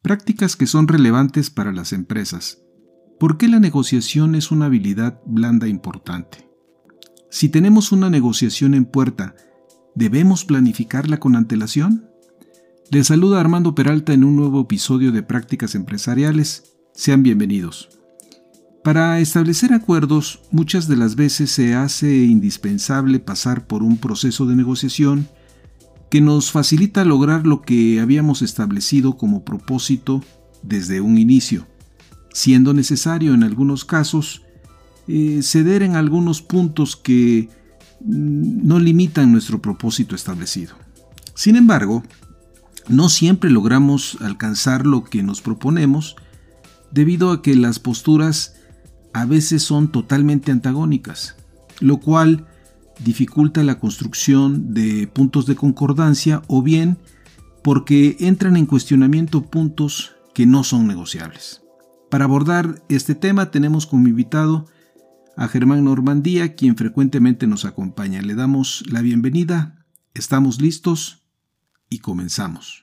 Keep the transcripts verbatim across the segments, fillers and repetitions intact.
Prácticas que son relevantes para las empresas. ¿Por qué la negociación es una habilidad blanda importante? Si tenemos una negociación en puerta, ¿debemos planificarla con antelación? Les saluda Armando Peralta en un nuevo episodio de Prácticas Empresariales. Sean bienvenidos. Para establecer acuerdos, muchas de las veces se hace indispensable pasar por un proceso de negociación que nos facilita lograr lo que habíamos establecido como propósito desde un inicio, siendo necesario en algunos casos eh, ceder en algunos puntos que mm, no limitan nuestro propósito establecido. Sin embargo, no siempre logramos alcanzar lo que nos proponemos debido a que las posturas a veces son totalmente antagónicas, lo cual dificulta la construcción de puntos de concordancia o bien porque entran en cuestionamiento puntos que no son negociables. Para abordar este tema tenemos como invitado a Germán Normandía, quien frecuentemente nos acompaña. Le damos la bienvenida, estamos listos y comenzamos.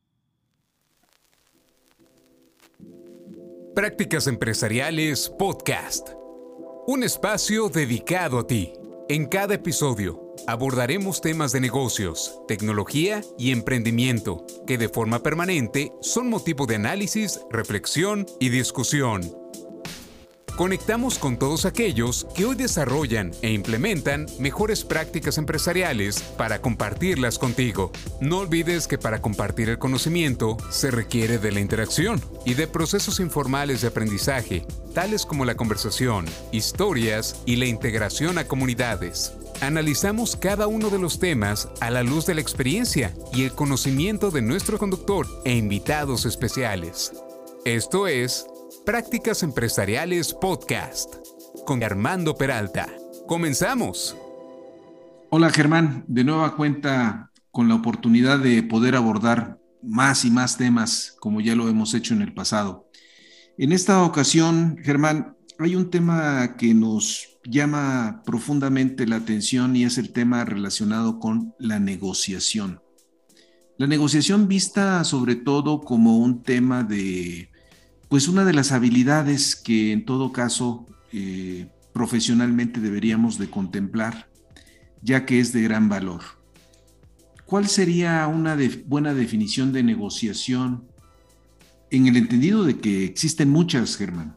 Prácticas Empresariales Podcast. Un espacio dedicado a ti. En cada episodio abordaremos temas de negocios, tecnología y emprendimiento que de forma permanente son motivo de análisis, reflexión y discusión. Conectamos con todos aquellos que hoy desarrollan e implementan mejores prácticas empresariales para compartirlas contigo. No olvides que para compartir el conocimiento se requiere de la interacción y de procesos informales de aprendizaje, tales como la conversación, historias y la integración a comunidades. Analizamos cada uno de los temas a la luz de la experiencia y el conocimiento de nuestro conductor e invitados especiales. Esto es Prácticas Empresariales Podcast con Armando Peralta. ¡Comenzamos! Hola Germán, de nueva cuenta con la oportunidad de poder abordar más y más temas como ya lo hemos hecho en el pasado. En esta ocasión, Germán, hay un tema que nos llama profundamente la atención y es el tema relacionado con la negociación. La negociación vista sobre todo como un tema de, pues una de las habilidades que en todo caso eh, profesionalmente deberíamos de contemplar, ya que es de gran valor. ¿Cuál sería una de, buena definición de negociación en el entendido de que existen muchas, Germán?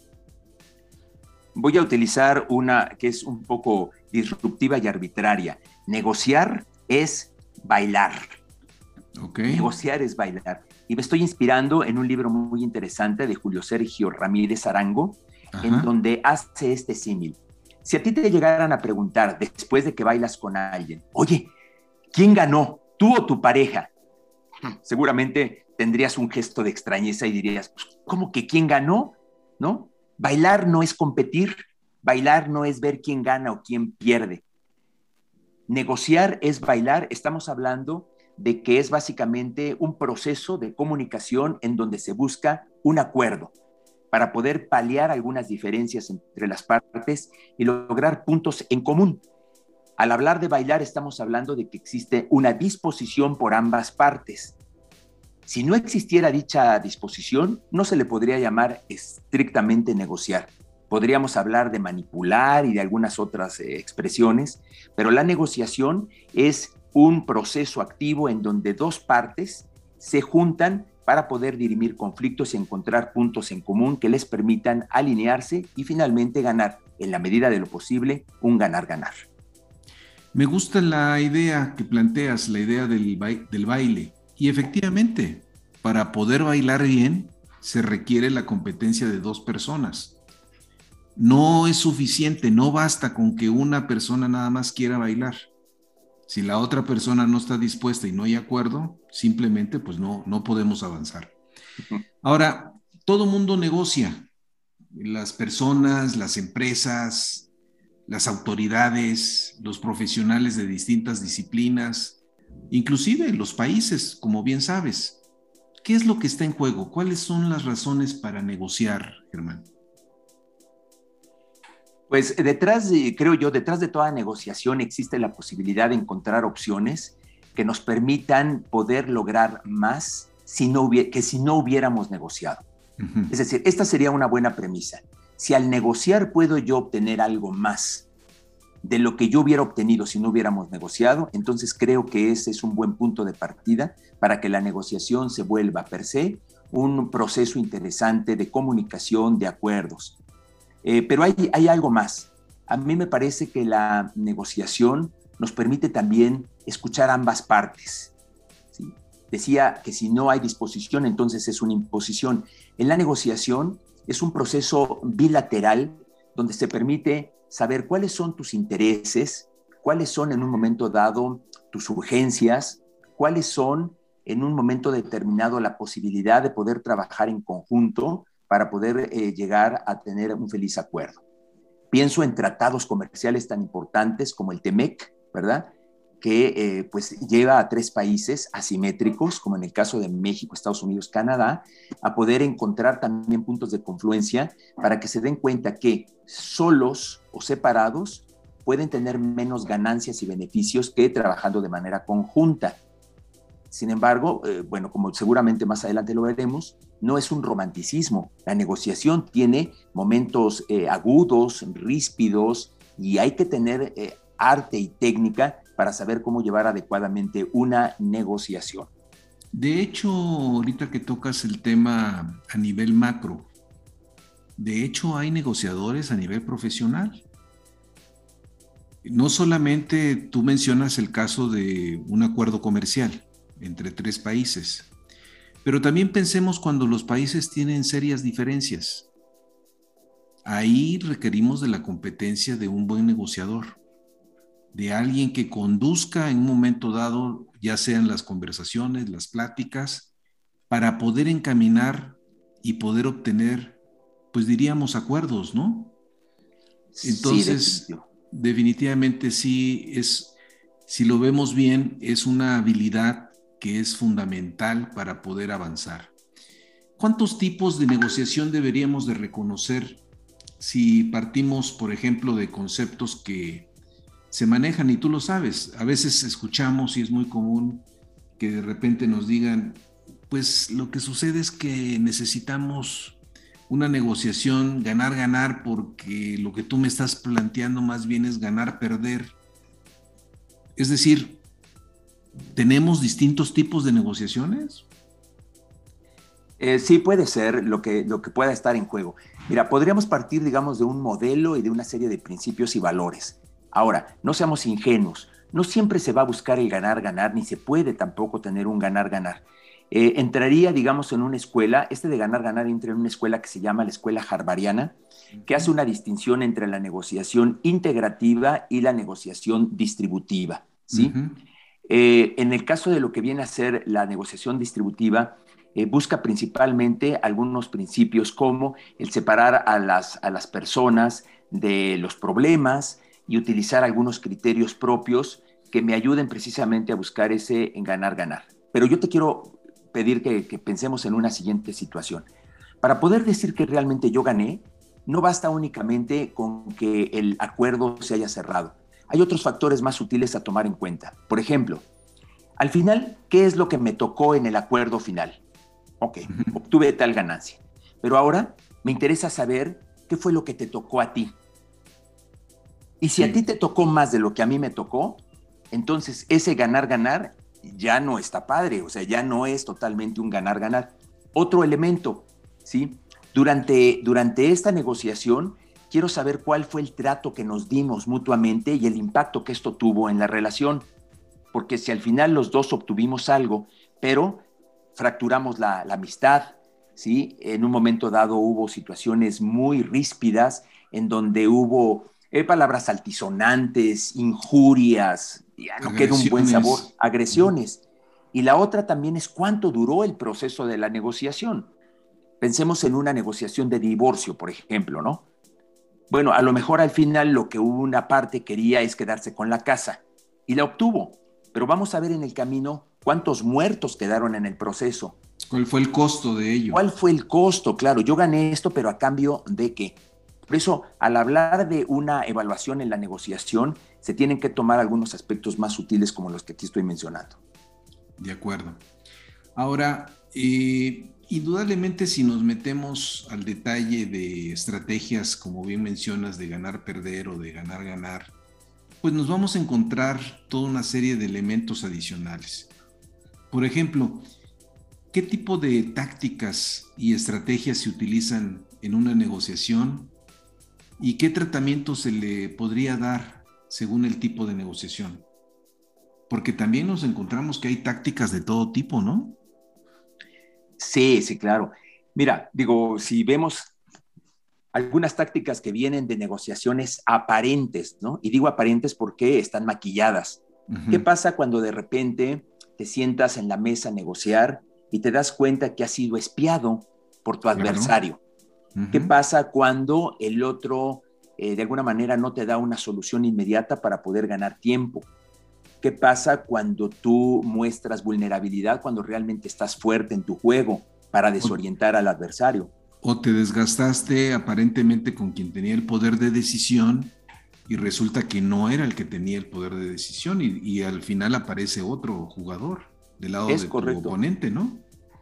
Voy a utilizar una que es un poco disruptiva y arbitraria. Negociar es bailar. Okay. Negociar es bailar. Y me estoy inspirando en un libro muy interesante de Julio Sergio Ramírez Arango, Ajá. en donde hace este símil. Si a ti te llegaran a preguntar después de que bailas con alguien, oye, ¿quién ganó? ¿Tú o tu pareja? Seguramente tendrías un gesto de extrañeza y dirías, pues, ¿cómo que quién ganó? ¿No? Bailar no es competir, bailar no es ver quién gana o quién pierde. Negociar es bailar, estamos hablando de que es básicamente un proceso de comunicación en donde se busca un acuerdo para poder paliar algunas diferencias entre las partes y lograr puntos en común. Al hablar de bailar estamos hablando de que existe una disposición por ambas partes. Si no existiera dicha disposición, no se le podría llamar estrictamente negociar. Podríamos hablar de manipular y de algunas otras eh, expresiones, pero la negociación es un proceso activo en donde dos partes se juntan para poder dirimir conflictos y encontrar puntos en común que les permitan alinearse y finalmente ganar, en la medida de lo posible, un ganar-ganar. Me gusta la idea que planteas, la idea del, ba- del baile. Y efectivamente, para poder bailar bien, se requiere la competencia de dos personas. No es suficiente, no basta con que una persona nada más quiera bailar. Si la otra persona no está dispuesta y no hay acuerdo, simplemente pues no, no podemos avanzar. Ahora, todo mundo negocia. Las personas, las empresas, las autoridades, los profesionales de distintas disciplinas, inclusive los países, como bien sabes. ¿Qué es lo que está en juego? ¿Cuáles son las razones para negociar, Germán? Pues detrás, de, creo yo, detrás de toda negociación existe la posibilidad de encontrar opciones que nos permitan poder lograr más si no hubiera, que si no hubiéramos negociado. Uh-huh. Es decir, esta sería una buena premisa. Si al negociar puedo yo obtener algo más de lo que yo hubiera obtenido si no hubiéramos negociado, entonces creo que ese es un buen punto de partida para que la negociación se vuelva per se un proceso interesante de comunicación, de acuerdos. Eh, pero hay, hay algo más. A mí me parece que la negociación nos permite también escuchar ambas partes, ¿sí? Decía que si no hay disposición, entonces es una imposición. En la negociación es un proceso bilateral donde se permite saber cuáles son tus intereses, cuáles son en un momento dado tus urgencias, cuáles son en un momento determinado la posibilidad de poder trabajar en conjunto para poder eh, llegar a tener un feliz acuerdo. Pienso en tratados comerciales tan importantes como el TEMEC, ¿verdad?, que eh, pues lleva a tres países asimétricos, como en el caso de México, Estados Unidos, Canadá, a poder encontrar también puntos de confluencia para que se den cuenta que solos o separados pueden tener menos ganancias y beneficios que trabajando de manera conjunta. Sin embargo, eh, bueno, como seguramente más adelante lo veremos, no es un romanticismo. La negociación tiene momentos eh, agudos, ríspidos, y hay que tener eh, arte y técnica para saber cómo llevar adecuadamente una negociación. De hecho, ahorita que tocas el tema a nivel macro, de hecho hay negociadores a nivel profesional. No solamente tú mencionas el caso de un acuerdo comercial entre tres países, pero también pensemos cuando los países tienen serias diferencias. Ahí requerimos de la competencia de un buen negociador, de alguien que conduzca en un momento dado, ya sean las conversaciones, las pláticas, para poder encaminar y poder obtener, pues diríamos, acuerdos, ¿no? Entonces, sí, definitivo. definitivamente sí, es, si lo vemos bien, es una habilidad que es fundamental para poder avanzar. ¿Cuántos tipos de negociación deberíamos de reconocer si partimos, por ejemplo, de conceptos que se manejan, y tú lo sabes, a veces escuchamos y es muy común que de repente nos digan, pues lo que sucede es que necesitamos una negociación ganar-ganar porque lo que tú me estás planteando más bien es ganar-perder. Es decir, ¿tenemos distintos tipos de negociaciones? Eh, sí, puede ser lo que, lo que pueda estar en juego. Mira, podríamos partir, digamos, de un modelo y de una serie de principios y valores. Ahora, no seamos ingenuos, no siempre se va a buscar el ganar-ganar, ni se puede tampoco tener un ganar-ganar. Eh, entraría, digamos, en una escuela, este de ganar-ganar entra en una escuela que se llama la escuela harvariana, que hace una distinción entre la negociación integrativa y la negociación distributiva, ¿sí? Uh-huh. Eh, en el caso de lo que viene a ser la negociación distributiva, eh, busca principalmente algunos principios como el separar a las, a las personas de los problemas, y utilizar algunos criterios propios que me ayuden precisamente a buscar ese en ganar-ganar. Pero yo te quiero pedir que, que pensemos en una siguiente situación. Para poder decir que realmente yo gané, no basta únicamente con que el acuerdo se haya cerrado. Hay otros factores más sutiles a tomar en cuenta. Por ejemplo, al final, ¿qué es lo que me tocó en el acuerdo final? Ok, obtuve tal ganancia. Pero ahora me interesa saber qué fue lo que te tocó a ti. Y si sí. a ti te tocó más de lo que a mí me tocó, entonces ese ganar-ganar ya no está padre, o sea, ya no es totalmente un ganar-ganar. Otro elemento, ¿sí? Durante, durante esta negociación, quiero saber cuál fue el trato que nos dimos mutuamente y el impacto que esto tuvo en la relación. Porque si al final los dos obtuvimos algo, pero fracturamos la, la amistad, ¿sí? En un momento dado hubo situaciones muy ríspidas en donde hubo Eh, palabras altisonantes, injurias, ya no queda un buen sabor, agresiones. Y la otra también es cuánto duró el proceso de la negociación. Pensemos en una negociación de divorcio, por ejemplo, ¿no? Bueno, a lo mejor al final lo que una parte quería es quedarse con la casa y la obtuvo, pero vamos a ver en el camino cuántos muertos quedaron en el proceso. ¿Cuál fue el costo de ello? ¿Cuál fue el costo? Claro, yo gané esto, pero a cambio de qué. Por eso, al hablar de una evaluación en la negociación, se tienen que tomar algunos aspectos más sutiles como los que aquí estoy mencionando. De acuerdo. Ahora, Eh, indudablemente, si nos metemos al detalle de estrategias, como bien mencionas, de ganar, perder o de ganar, ganar, pues nos vamos a encontrar toda una serie de elementos adicionales. Por ejemplo, ¿qué tipo de tácticas y estrategias se utilizan en una negociación y qué tratamiento se le podría dar según el tipo de negociación? Porque también nos encontramos que hay tácticas de todo tipo, ¿no? Sí, sí, claro. Mira, digo, si vemos algunas tácticas que vienen de negociaciones aparentes, ¿no? Y digo aparentes porque están maquilladas. ¿Qué Uh-huh. pasa cuando de repente te sientas en la mesa a negociar y te das cuenta que has sido espiado por tu Claro. adversario? ¿Qué Uh-huh. pasa cuando el otro eh, de alguna manera no te da una solución inmediata para poder ganar tiempo? ¿Qué pasa cuando tú muestras vulnerabilidad cuando realmente estás fuerte en tu juego para O, desorientar al adversario? o te desgastaste aparentemente con quien tenía el poder de decisión y resulta que no era el que tenía el poder de decisión y, y al final aparece otro jugador del lado Es de tu correcto. oponente, ¿no?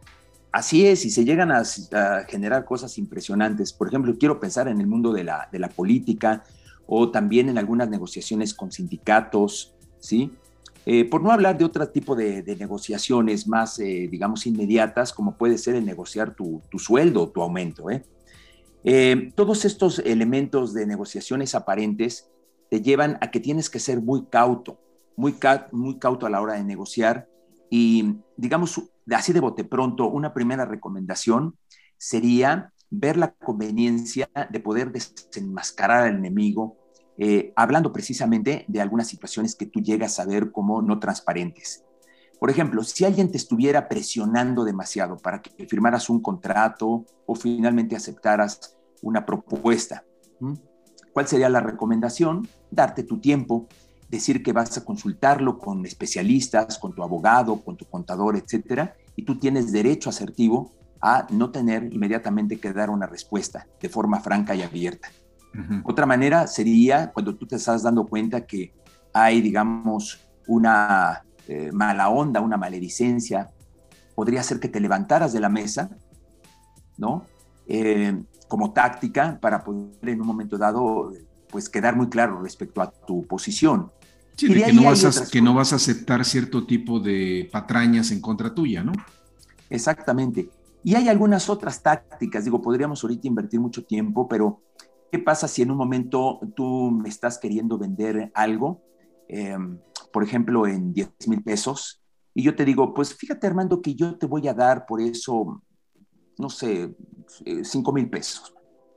Así es, y se llegan a, a generar cosas impresionantes. Por ejemplo, quiero pensar en el mundo de la, de la política o también en algunas negociaciones con sindicatos, ¿sí? Eh, por no hablar de otro tipo de, de negociaciones más, eh, digamos, inmediatas, como puede ser el negociar tu, tu sueldo, tu aumento, ¿eh? Eh, todos estos elementos de negociaciones aparentes te llevan a que tienes que ser muy cauto, muy, ca muy cauto a la hora de negociar y, digamos, así de bote pronto, una primera recomendación sería ver la conveniencia de poder desenmascarar al enemigo, eh, hablando precisamente de algunas situaciones que tú llegas a ver como no transparentes. Por ejemplo, si alguien te estuviera presionando demasiado para que firmaras un contrato o finalmente aceptaras una propuesta, ¿cuál sería la recomendación? Darte tu tiempo, decir que vas a consultarlo con especialistas, con tu abogado, con tu contador, etcétera, y tú tienes derecho asertivo a no tener inmediatamente que dar una respuesta de forma franca y abierta. Uh-huh. Otra manera sería cuando tú te estás dando cuenta que hay, digamos, una eh, mala onda, una maledicencia, podría ser que te levantaras de la mesa, ¿no? Eh, como táctica para poder en un momento dado, pues quedar muy claro respecto a tu posición. Sí, Y de de que ahí no hay vas a, otras que no cosas. vas a aceptar cierto tipo de patrañas en contra tuya, ¿no? Exactamente. Y hay algunas otras tácticas, digo, podríamos ahorita invertir mucho tiempo, pero ¿qué pasa si en un momento tú me estás queriendo vender algo, eh, por ejemplo, en diez mil pesos, y yo te digo, pues fíjate, Armando, que yo te voy a dar por eso, no sé, cinco mil pesos.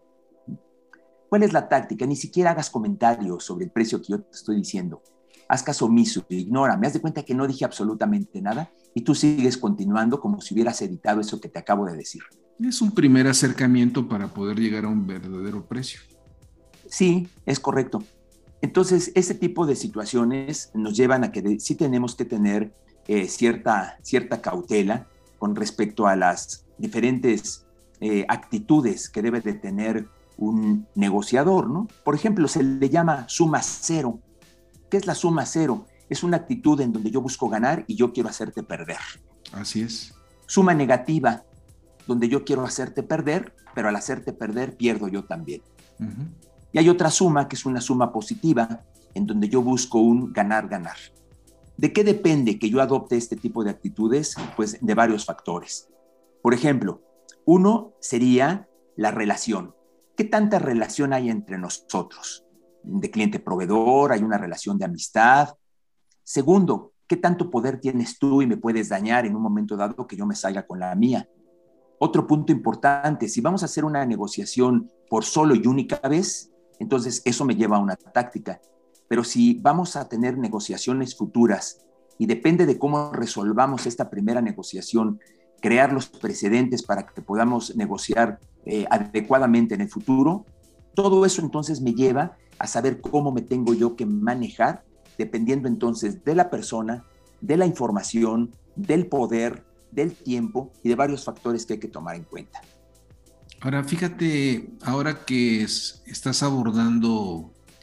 ¿Cuál es la táctica? Ni siquiera hagas comentarios sobre el precio que yo te estoy diciendo. Haz caso omiso, ignora, me das de cuenta que no dije absolutamente nada y tú sigues continuando como si hubieras editado eso que te acabo de decir. Es un primer acercamiento para poder llegar a un verdadero precio. Sí, es correcto. Entonces, ese tipo de situaciones nos llevan a que de, sí tenemos que tener eh, cierta, cierta cautela con respecto a las diferentes eh, actitudes que debe de tener un negociador, ¿no? Por ejemplo, se le llama suma cero. ¿Qué es la suma cero? Es una actitud en donde yo busco ganar y yo quiero hacerte perder. Así es. Suma negativa, donde yo quiero hacerte perder, pero al hacerte perder pierdo yo también. Uh-huh. Y hay otra suma que es una suma positiva, en donde yo busco un ganar-ganar. ¿De qué depende que yo adopte este tipo de actitudes? Pues de varios factores. Por ejemplo, uno sería la relación. ¿Qué tanta relación hay entre nosotros? De cliente-proveedor, hay una relación de amistad. Segundo, ¿qué tanto poder tienes tú y me puedes dañar en un momento dado que yo me salga con la mía? Otro punto importante, si vamos a hacer una negociación por solo y única vez, entonces eso me lleva a una táctica. Pero si vamos a tener negociaciones futuras y depende de cómo resolvamos esta primera negociación, crear los precedentes para que podamos negociar eh, adecuadamente en el futuro, todo eso entonces me lleva a saber cómo me tengo yo que manejar, dependiendo entonces de la persona, de la información, del poder, del tiempo y de varios factores que hay que tomar en cuenta. Ahora, fíjate, ahora que es, estás abordando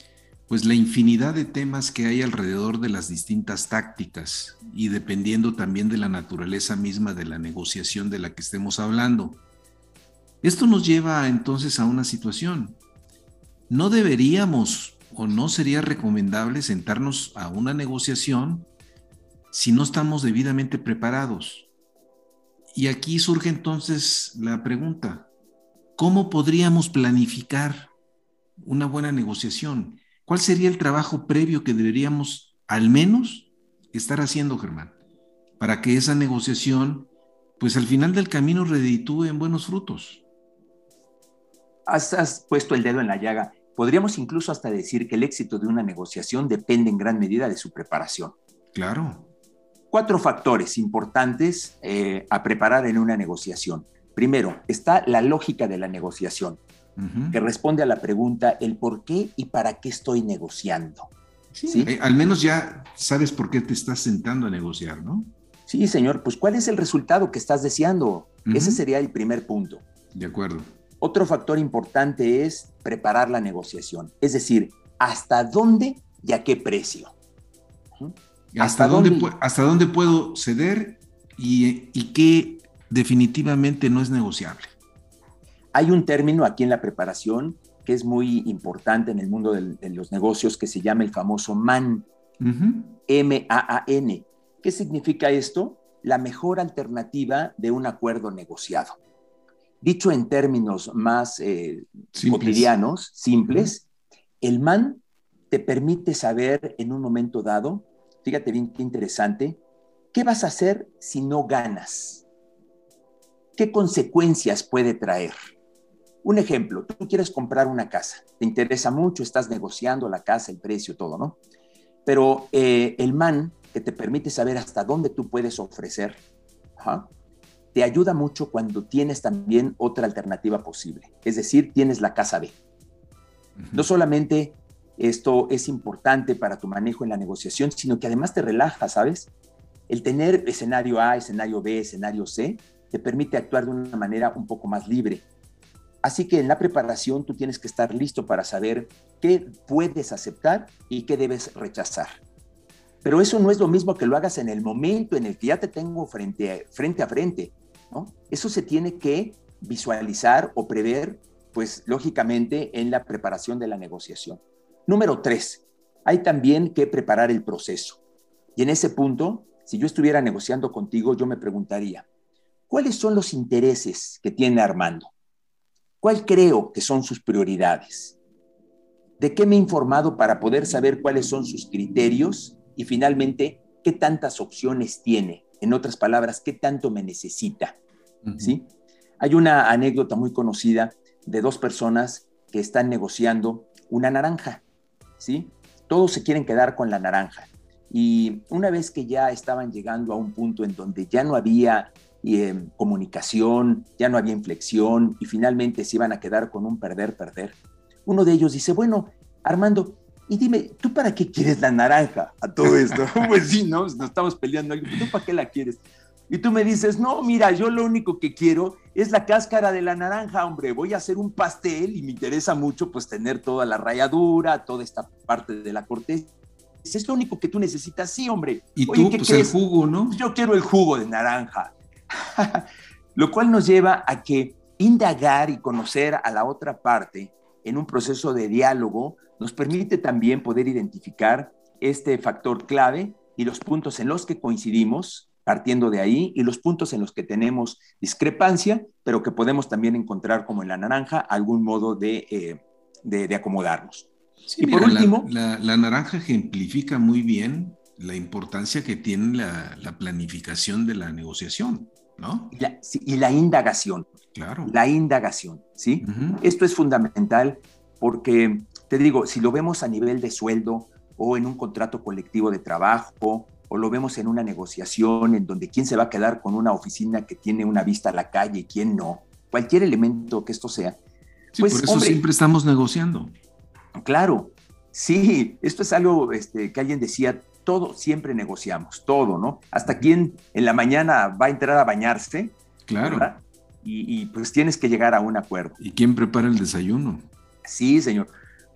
pues la infinidad de temas que hay alrededor de las distintas tácticas y dependiendo también de la naturaleza misma de la negociación de la que estemos hablando. Esto nos lleva entonces a una situación. No deberíamos o no sería recomendable sentarnos a una negociación si no estamos debidamente preparados. Y aquí surge entonces la pregunta, ¿cómo podríamos planificar una buena negociación? ¿Cuál sería el trabajo previo que deberíamos al menos estar haciendo, Germán, para que esa negociación, pues al final del camino reditúe en buenos frutos? Has, has puesto el dedo en la llaga. Podríamos incluso hasta decir que el éxito de una negociación depende en gran medida de su preparación. Claro. Cuatro factores importantes eh, a preparar en una negociación. Primero, está la lógica de la negociación, uh-huh. que responde a la pregunta el por qué y para qué estoy negociando. Sí, ¿sí? Eh, al menos ya sabes por qué te estás sentando a negociar, ¿no? Sí, señor. Pues, ¿cuál es el resultado que estás deseando? Uh-huh. Ese sería el primer punto. De acuerdo. Otro factor importante es preparar la negociación, es decir, ¿hasta dónde y a qué precio? ¿Mm? ¿Hasta, ¿Hasta, dónde, dónde, ¿Hasta dónde puedo ceder y, y qué definitivamente no es negociable? Hay un término aquí en la preparación que es muy importante en el mundo de, de los negocios que se llama el famoso M A N, uh-huh. M A A N. ¿Qué significa esto? La mejor alternativa de un acuerdo negociado. Dicho en términos más eh, simples. cotidianos, simples, uh-huh. el M A N te permite saber en un momento dado, fíjate bien qué interesante, ¿qué vas a hacer si no ganas? ¿Qué consecuencias puede traer? Un ejemplo, tú quieres comprar una casa, te interesa mucho, estás negociando la casa, el precio, todo, ¿no? Pero eh, el M A N, que te permite saber hasta dónde tú puedes ofrecer, ¿ajá? te ayuda mucho cuando tienes también otra alternativa posible. Es decir, tienes la casa B. Uh-huh. No solamente esto es importante para tu manejo en la negociación, sino que además te relaja, ¿sabes? El tener escenario A, escenario B, escenario C, te permite actuar de una manera un poco más libre. Así que en la preparación tú tienes que estar listo para saber qué puedes aceptar y qué debes rechazar. Pero eso no es lo mismo que lo hagas en el momento en el que ya te tengo frente a frente, a frente, ¿no? Eso se tiene que visualizar o prever, pues lógicamente, en la preparación de la negociación. Número tres, hay también que preparar el proceso. Y en ese punto, si yo estuviera negociando contigo, yo me preguntaría, ¿cuáles son los intereses que tiene Armando? ¿Cuál creo que son sus prioridades? ¿De qué me he informado para poder saber cuáles son sus criterios? Y finalmente, ¿qué tantas opciones tiene? En otras palabras, ¿qué tanto me necesita? Uh-huh. ¿Sí? Hay una anécdota muy conocida de dos personas que están negociando una naranja, ¿sí? Todos se quieren quedar con la naranja. Y una vez que ya estaban llegando a un punto en donde ya no había eh, comunicación, ya no había inflexión y finalmente se iban a quedar con un perder-perder, uno de ellos dice, bueno, Armando, y dime, ¿tú para qué quieres la naranja a todo esto? Pues sí, ¿no? Nos estamos peleando. ¿Tú para qué la quieres? Y tú me dices, no, mira, yo lo único que quiero es la cáscara de la naranja, hombre. Voy a hacer un pastel y me interesa mucho, pues, tener toda la ralladura, toda esta parte de la corteza. Es lo único que tú necesitas, sí, hombre. Y tú, Oye, ¿qué pues, crees? El jugo, ¿no? Yo quiero el jugo de naranja. Lo cual nos lleva a que indagar y conocer a la otra parte en un proceso de diálogo nos permite también poder identificar este factor clave y los puntos en los que coincidimos, partiendo de ahí, y los puntos en los que tenemos discrepancia, pero que podemos también encontrar, como en la naranja, algún modo de, eh, de, de acomodarnos. Sí, y mira, por último... La, la, la naranja ejemplifica muy bien la importancia que tiene la, la planificación de la negociación, ¿no? Y la, sí, y la indagación. Claro. La indagación, ¿sí? Uh-huh. Esto es fundamental porque, te digo, si lo vemos a nivel de sueldo o en un contrato colectivo de trabajo o lo vemos en una negociación en donde quién se va a quedar con una oficina que tiene una vista a la calle y quién no, cualquier elemento que esto sea. Sí, pues, por eso hombre, siempre estamos negociando. Claro, sí, esto es algo este, que alguien decía, todo siempre negociamos, todo, ¿no? Hasta quien en la mañana va a entrar a bañarse, claro. ¿verdad? Y, y pues tienes que llegar a un acuerdo. ¿Y quién prepara el desayuno? Sí, señor.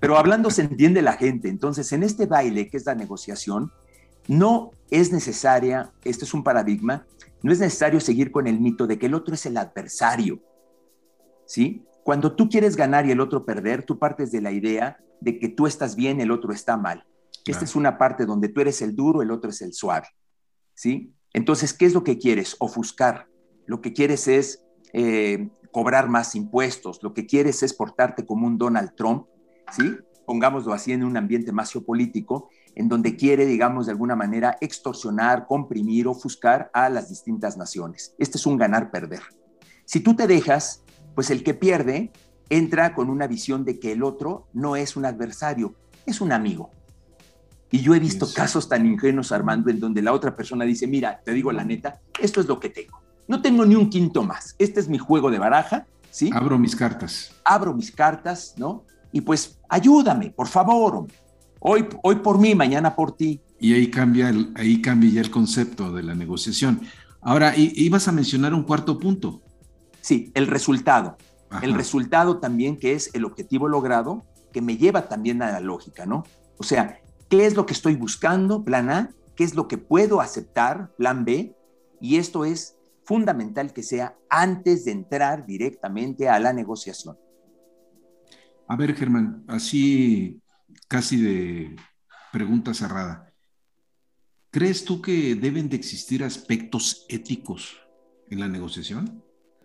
pero hablando se entiende la gente. Entonces, en este baile que es la negociación, no es necesaria, este es un paradigma, no es necesario seguir con el mito de que el otro es el adversario, ¿sí? Cuando tú quieres ganar y el otro perder, tú partes de la idea de que tú estás bien, el otro está mal. Claro. Esta es una parte donde tú eres el duro, el otro es el suave, ¿sí? Entonces, ¿qué es lo que quieres? Ofuscar. Lo que quieres es eh, cobrar más impuestos. Lo que quieres es portarte como un Donald Trump, ¿sí? Pongámoslo así en un ambiente más geopolítico, en donde quiere, digamos, de alguna manera extorsionar, comprimir, ofuscar a las distintas naciones. Este es un ganar-perder. Si tú te dejas, pues el que pierde entra con una visión de que el otro no es un adversario, es un amigo. Y yo he visto sí, casos tan ingenuos, Armando, en donde la otra persona dice, mira, te digo la neta, esto es lo que tengo. No tengo ni un quinto más. Este es mi juego de baraja, ¿sí? Abro mis cartas. Abro mis cartas, ¿no? Y pues ayúdame, por favor, hombre. Hoy, hoy por mí, mañana por ti. Y ahí cambia, el, ahí cambia ya el concepto de la negociación. Ahora, ibas a mencionar un cuarto punto. Sí, el resultado. Ajá. El resultado también, que es el objetivo logrado, que me lleva también a la lógica, ¿no? O sea, ¿qué es lo que estoy buscando? Plan A. ¿Qué es lo que puedo aceptar? Plan B. Y esto es fundamental que sea antes de entrar directamente a la negociación. A ver, Germán, así casi de pregunta cerrada. ¿Crees tú que deben de existir aspectos éticos en la negociación?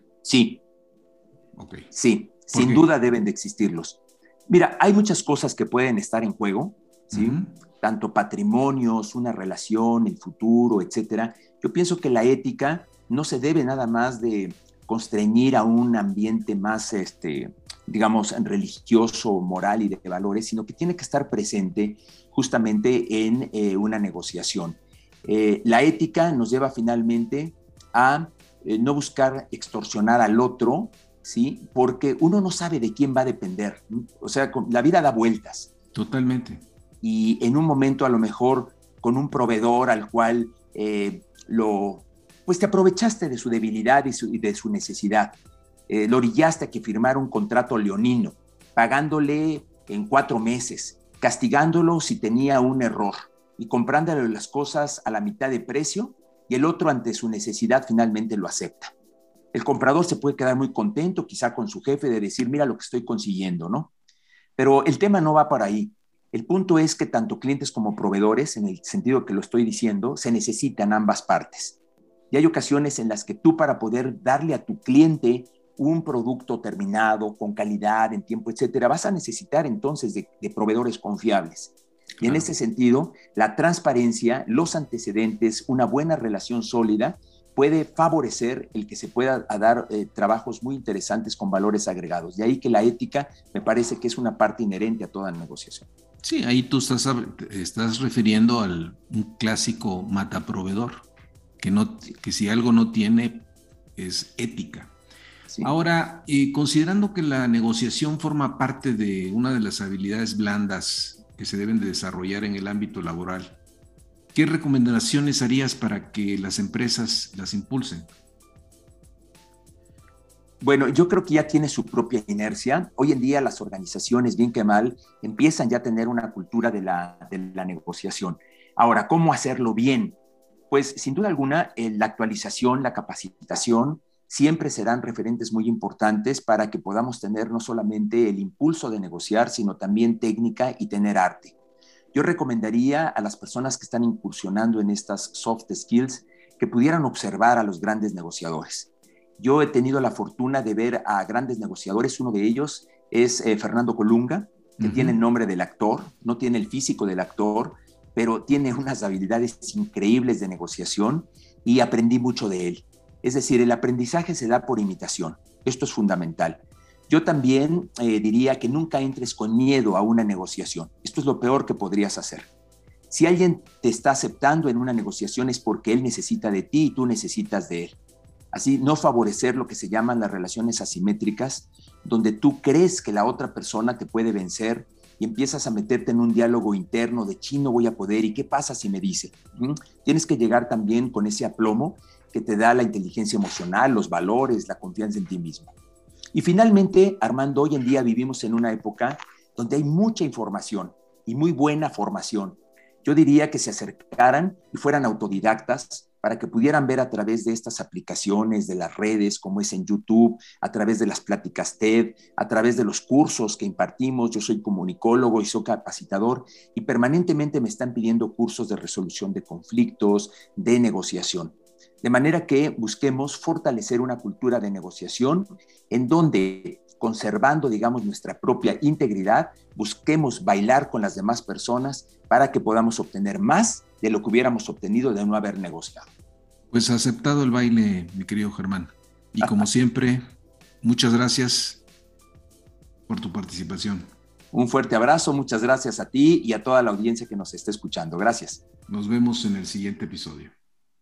Sí. Okay. Sí, sin qué? duda deben de existirlos. Mira, hay muchas cosas que pueden estar en juego, ¿sí? Uh-huh. Tanto patrimonios, una relación, el futuro, etcétera. Yo pienso que la ética no se debe nada más de constreñir a un ambiente más, este, digamos, religioso, moral y de valores, sino que tiene que estar presente justamente en eh, una negociación. Eh, la ética nos lleva finalmente a eh, no buscar extorsionar al otro, ¿sí? Porque uno no sabe de quién va a depender. O sea, la vida da vueltas. Totalmente. Y en un momento a lo mejor con un proveedor al cual eh, lo, pues te aprovechaste de su debilidad y, su, y de su necesidad. Eh, lo orillaste a que firmara un contrato leonino, pagándole en cuatro meses, castigándolo si tenía un error y comprándole las cosas a la mitad de precio, y el otro ante su necesidad finalmente lo acepta. El comprador se puede quedar muy contento, quizá con su jefe, de decir, mira lo que estoy consiguiendo, ¿no? Pero el tema no va por ahí. El punto es que tanto clientes como proveedores, en el sentido que lo estoy diciendo, se necesitan ambas partes. Y hay ocasiones en las que tú, para poder darle a tu cliente un producto terminado, con calidad, en tiempo, etcétera, vas a necesitar entonces de, de proveedores confiables. Y en ese sentido, la transparencia, los antecedentes, una buena relación sólida puede favorecer el que se pueda dar eh, trabajos muy interesantes con valores agregados. De ahí que la ética me parece que es una parte inherente a toda negociación. Sí, ahí tú estás, estás refiriendo al un clásico mataproveedor, que, no, que si algo no tiene es ética. Sí. Ahora, eh, considerando que la negociación forma parte de una de las habilidades blandas que se deben de desarrollar en el ámbito laboral, ¿qué recomendaciones harías para que las empresas las impulsen? Bueno, yo creo que ya tiene su propia inercia. Hoy en día las organizaciones, bien que mal, empiezan ya a tener una cultura de la, de la negociación. Ahora, ¿cómo hacerlo bien? Pues sin duda alguna, eh, la actualización, la capacitación, siempre serán referentes muy importantes para que podamos tener no solamente el impulso de negociar, sino también técnica y tener arte. Yo recomendaría a las personas que están incursionando en estas soft skills que pudieran observar a los grandes negociadores. Yo he tenido la fortuna de ver a grandes negociadores. Uno de ellos es eh, Fernando Colunga, que uh-huh. tiene el nombre del actor, no tiene el físico del actor, pero tiene unas habilidades increíbles de negociación y aprendí mucho de él. Es decir, el aprendizaje se da por imitación. Esto es fundamental. Yo también eh, diría que nunca entres con miedo a una negociación. Esto es lo peor que podrías hacer. Si alguien te está aceptando en una negociación es porque él necesita de ti y tú necesitas de él. Así, no favorecer lo que se llaman las relaciones asimétricas, donde tú crees que la otra persona te puede vencer y empiezas a meterte en un diálogo interno de "Chin, no voy a poder, ¿y qué pasa si me dice?". ¿Mm? Tienes que llegar también con ese aplomo que te da la inteligencia emocional, los valores, la confianza en ti mismo. Y finalmente, Armando, hoy en día vivimos en una época donde hay mucha información y muy buena formación. Yo diría que se acercaran y fueran autodidactas para que pudieran ver a través de estas aplicaciones, de las redes, como es en YouTube, a través de las pláticas TED, a través de los cursos que impartimos. Yo soy comunicólogo y soy capacitador y permanentemente me están pidiendo cursos de resolución de conflictos, de negociación. De manera que busquemos fortalecer una cultura de negociación en donde, conservando, digamos, nuestra propia integridad, busquemos bailar con las demás personas para que podamos obtener más de lo que hubiéramos obtenido de no haber negociado. Pues aceptado el baile, mi querido Germán. Y como siempre, muchas gracias por tu participación. Un fuerte abrazo, muchas gracias a ti y a toda la audiencia que nos esté escuchando. Gracias. Nos vemos en el siguiente episodio.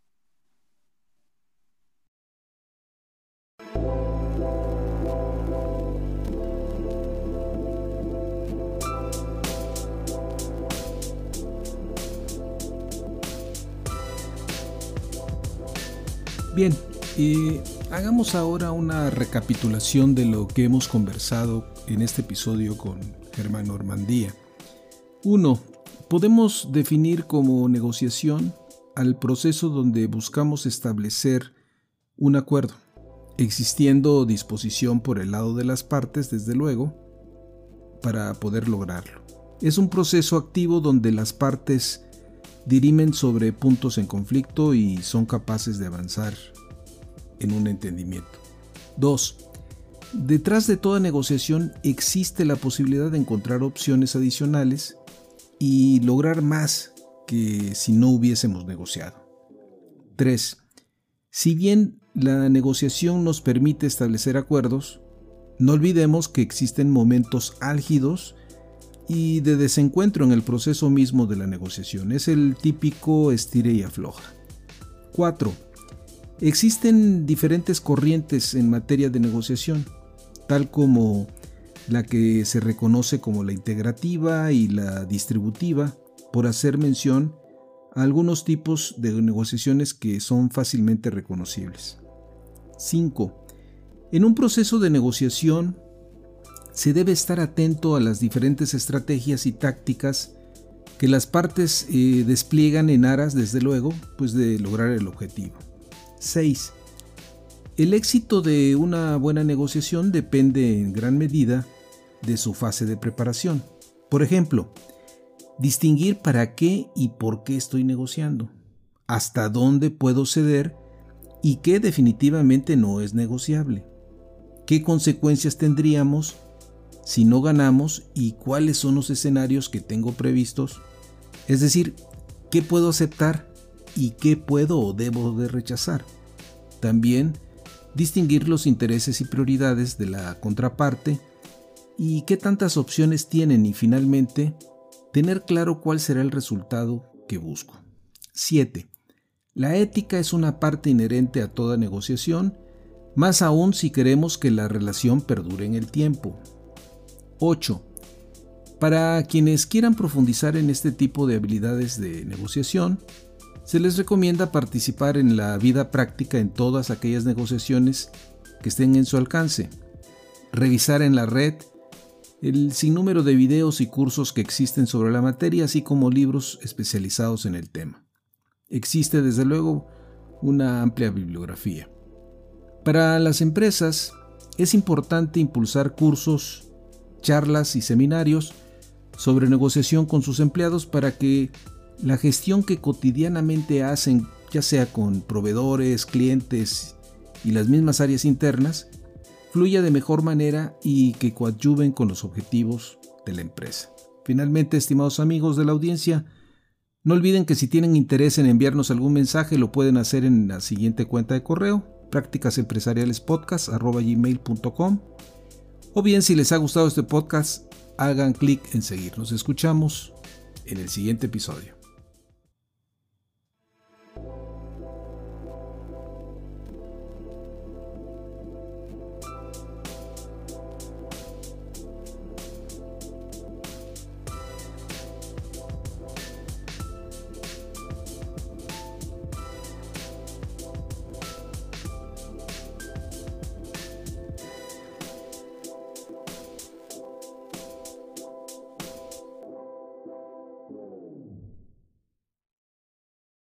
Bien, eh, hagamos ahora una recapitulación de lo que hemos conversado en este episodio con Germán Normandía. uno. Podemos definir como negociación al proceso donde buscamos establecer un acuerdo, existiendo disposición por el lado de las partes, desde luego, para poder lograrlo. Es un proceso activo donde las partes dirimen sobre puntos en conflicto y son capaces de avanzar en un entendimiento. dos. Detrás de toda negociación existe la posibilidad de encontrar opciones adicionales y lograr más que si no hubiésemos negociado. tres. Si bien la negociación nos permite establecer acuerdos, no olvidemos que existen momentos álgidos y de desencuentro en el proceso mismo de la negociación. Es el típico estire y afloja. cuatro. Existen diferentes corrientes en materia de negociación, tal como la que se reconoce como la integrativa y la distributiva, por hacer mención a algunos tipos de negociaciones que son fácilmente reconocibles. cinco. En un proceso de negociación, se debe estar atento a las diferentes estrategias y tácticas que las partes eh, despliegan en aras, desde luego, pues de lograr el objetivo. seis. El éxito de una buena negociación depende en gran medida de su fase de preparación. Por ejemplo, distinguir para qué y por qué estoy negociando, hasta dónde puedo ceder y qué definitivamente no es negociable, qué consecuencias tendríamos si no ganamos y cuáles son los escenarios que tengo previstos, es decir, qué puedo aceptar y qué puedo o debo de rechazar. También distinguir los intereses y prioridades de la contraparte y qué tantas opciones tienen y finalmente tener claro cuál será el resultado que busco. siete. La ética es una parte inherente a toda negociación, más aún si queremos que la relación perdure en el tiempo. ocho. Para quienes quieran profundizar en este tipo de habilidades de negociación, se les recomienda participar en la vida práctica en todas aquellas negociaciones que estén en su alcance, revisar en la red el sinnúmero de videos y cursos que existen sobre la materia, así como libros especializados en el tema. Existe desde luego una amplia bibliografía. Para las empresas es importante impulsar cursos, charlas y seminarios sobre negociación con sus empleados para que la gestión que cotidianamente hacen, ya sea con proveedores, clientes y las mismas áreas internas, fluya de mejor manera y que coadyuven con los objetivos de la empresa. Finalmente, estimados amigos de la audiencia, no olviden que si tienen interés en enviarnos algún mensaje lo pueden hacer en la siguiente cuenta de correo: prácticasempresarialespodcast arroba gmail punto com, o bien, si les ha gustado este podcast, hagan clic en seguir. Nos escuchamos en el siguiente episodio.